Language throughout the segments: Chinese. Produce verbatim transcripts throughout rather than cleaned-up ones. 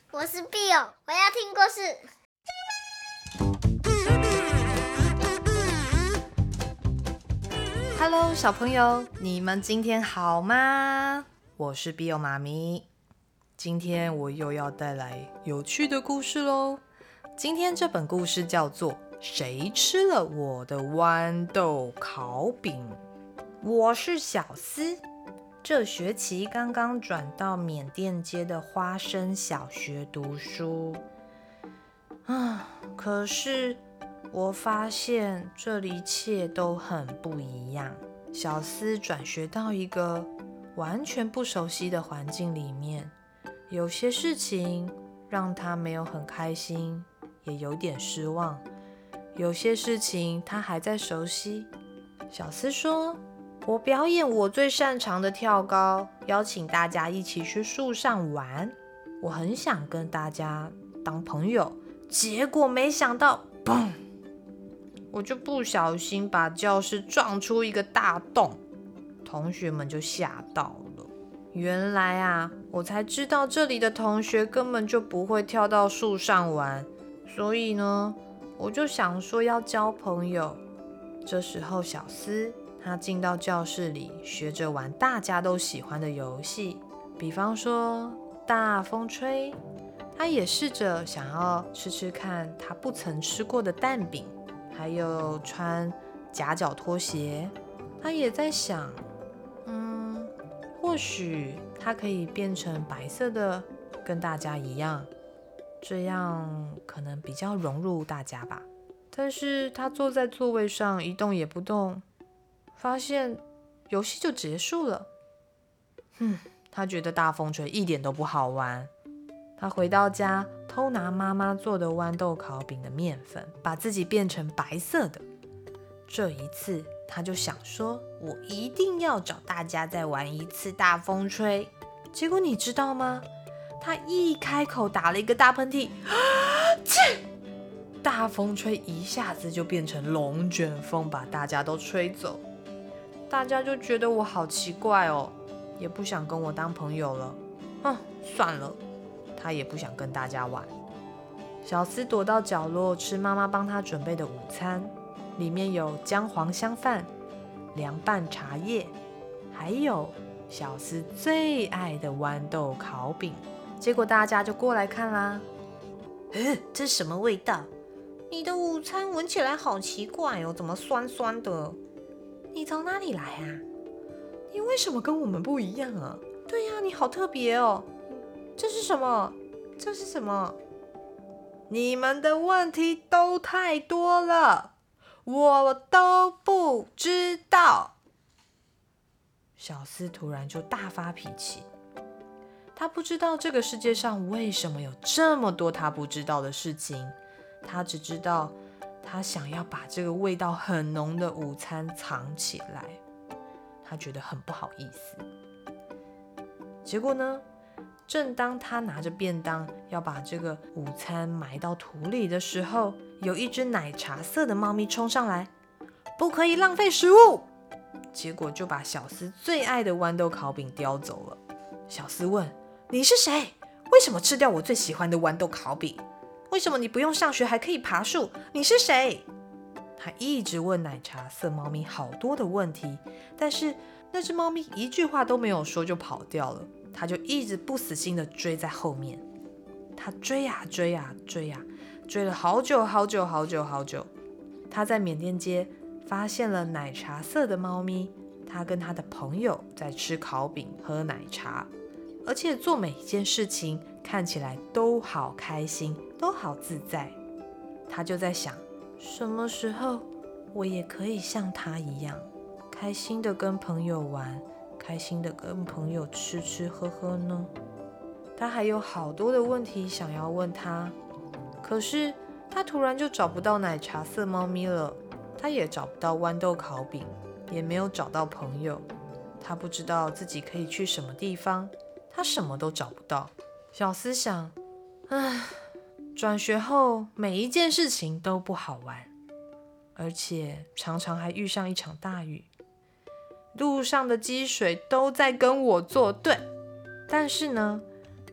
我是 Bill， 我要听故事。 Hello， 小朋友，你们今天好吗？我是 Bill 妈咪，今天我又要带来有趣的故事咯。今天这本故事叫做《谁吃了我的豌豆烤饼》。我是小思，这学期刚刚转到缅甸街的花生小学读书啊，可是我发现这里一切都很不一样。小思转学到一个完全不熟悉的环境里面，有些事情让他没有很开心，也有点失望。有些事情他还在熟悉。小思说，我表演我最擅长的跳高，邀请大家一起去树上玩。我很想跟大家当朋友，结果没想到，砰！我就不小心把教室撞出一个大洞，同学们就吓到了。原来啊，我才知道这里的同学根本就不会跳到树上玩，所以呢，我就想说要交朋友。这时候小思他进到教室里，学着玩大家都喜欢的游戏，比方说大风吹。他也试着想要吃吃看他不曾吃过的蛋饼，还有穿夹脚拖鞋。他也在想，嗯，或许他可以变成白色的，跟大家一样，这样可能比较融入大家吧。但是他坐在座位上一动也不动，发现游戏就结束了。哼，他觉得大风吹一点都不好玩。他回到家，偷拿妈妈做的豌豆烤饼的面粉，把自己变成白色的。这一次，他就想说，我一定要找大家再玩一次大风吹。结果你知道吗？他一开口打了一个大喷嚏，大风吹一下子就变成龙卷风，把大家都吹走。大家就觉得我好奇怪哦，也不想跟我当朋友了。嗯，算了，他也不想跟大家玩。小思躲到角落吃妈妈帮他准备的午餐，里面有姜黄香饭、凉拌茶叶，还有小思最爱的豌豆烤饼。结果大家就过来看啦。呃，这是什么味道？你的午餐闻起来好奇怪哦，怎么酸酸的？你从哪里来啊？你为什么跟我们不一样啊？对呀，你好特别哦。这是什么？这是什么？你们的问题都太多了，我都不知道。小思突然就大发脾气。他不知道这个世界上为什么有这么多他不知道的事情，他只知道他想要把这个味道很浓的午餐藏起来，他觉得很不好意思。结果呢，正当他拿着便当要把这个午餐埋到土里的时候，有一只奶茶色的猫咪冲上来，不可以浪费食物，结果就把小思最爱的豌豆烤饼叼走了。小思问，你是谁？为什么吃掉我最喜欢的豌豆烤饼？为什么你不用上学还可以爬树？你是谁？他一直问奶茶色猫咪好多的问题，但是那只猫咪一句话都没有说就跑掉了。他就一直不死心的追在后面。他追呀追呀追呀，追了好久好久好久好久。他在缅甸街发现了奶茶色的猫咪，他跟他的朋友在吃烤饼喝奶茶，而且做每一件事情看起来都好开心，都好自在。他就在想，什么时候我也可以像他一样，开心的跟朋友玩，开心的跟朋友吃吃喝喝呢？他还有好多的问题想要问他，可是他突然就找不到奶茶色猫咪了，他也找不到豌豆烤饼，也没有找到朋友。他不知道自己可以去什么地方，他什么都找不到。小思想，唉，转学后每一件事情都不好玩，而且常常还遇上一场大雨，路上的积水都在跟我作对。但是呢，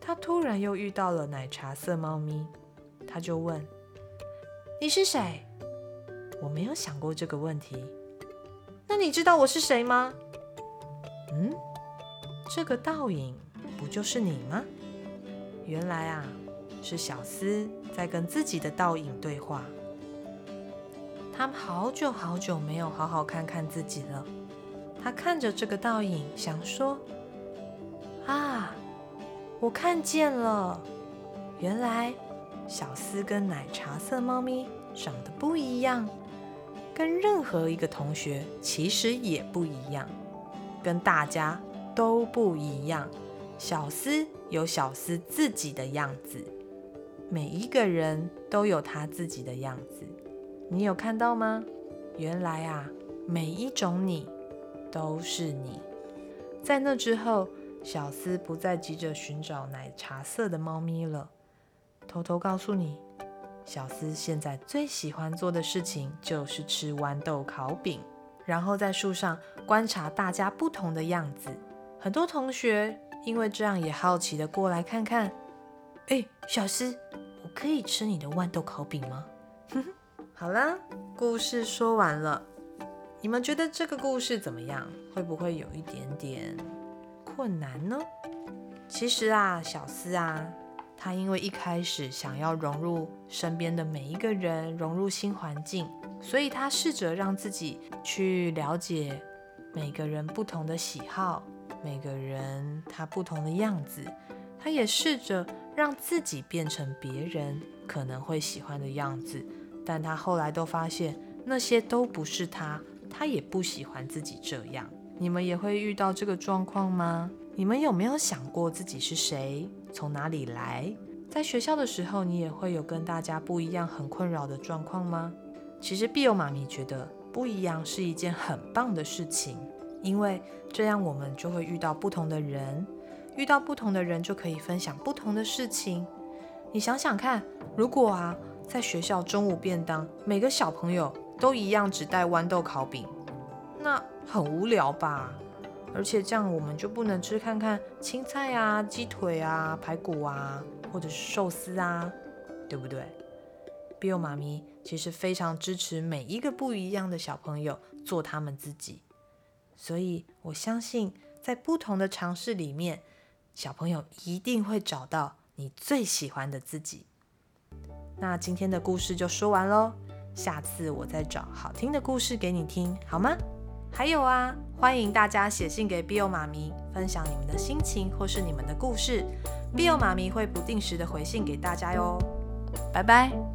他突然又遇到了奶茶色猫咪，他就问：你是谁？我没有想过这个问题。那你知道我是谁吗？嗯，这个倒影不就是你吗？原来啊，是小思在跟自己的倒影对话。他好久好久没有好好看看自己了。他看着这个倒影，想说：啊，我看见了，原来小思跟奶茶色猫咪长得不一样，跟任何一个同学其实也不一样，跟大家都不一样。小思有小思自己的样子，每一个人都有他自己的样子。你有看到吗？原来啊，每一种你都是你。在那之后，小思不再急着寻找奶茶色的猫咪了。偷偷告诉你，小思现在最喜欢做的事情就是吃豌豆烤饼，然后在树上观察大家不同的样子。很多同学因为这样也好奇的过来看看。哎，小思，我可以吃你的豌豆烤饼吗？好啦，故事说完了。你们觉得这个故事怎么样？会不会有一点点困难呢？其实啊，小思啊，他因为一开始想要融入身边的每一个人，融入新环境，所以他试着让自己去了解每个人不同的喜好，每个人他不同的样子。他也试着让自己变成别人可能会喜欢的样子，但他后来都发现那些都不是他，他也不喜欢自己这样。你们也会遇到这个状况吗？你们有没有想过自己是谁，从哪里来？在学校的时候，你也会有跟大家不一样很困扰的状况吗？其实碧欧妈咪觉得不一样是一件很棒的事情，因为这样我们就会遇到不同的人，遇到不同的人就可以分享不同的事情。你想想看，如果啊在学校中午便当每个小朋友都一样只带豌豆烤饼，那很无聊吧？而且这样我们就不能吃看看青菜啊、鸡腿啊、排骨啊，或者是寿司啊，对不对？碧欧妈咪其实非常支持每一个不一样的小朋友做他们自己，所以我相信在不同的尝试里面，小朋友一定会找到你最喜欢的自己。那今天的故事就说完咯，下次我再找好听的故事给你听，好吗？还有啊，欢迎大家写信给碧欧妈咪，分享你们的心情或是你们的故事，碧欧妈咪会不定时的回信给大家哟。拜拜。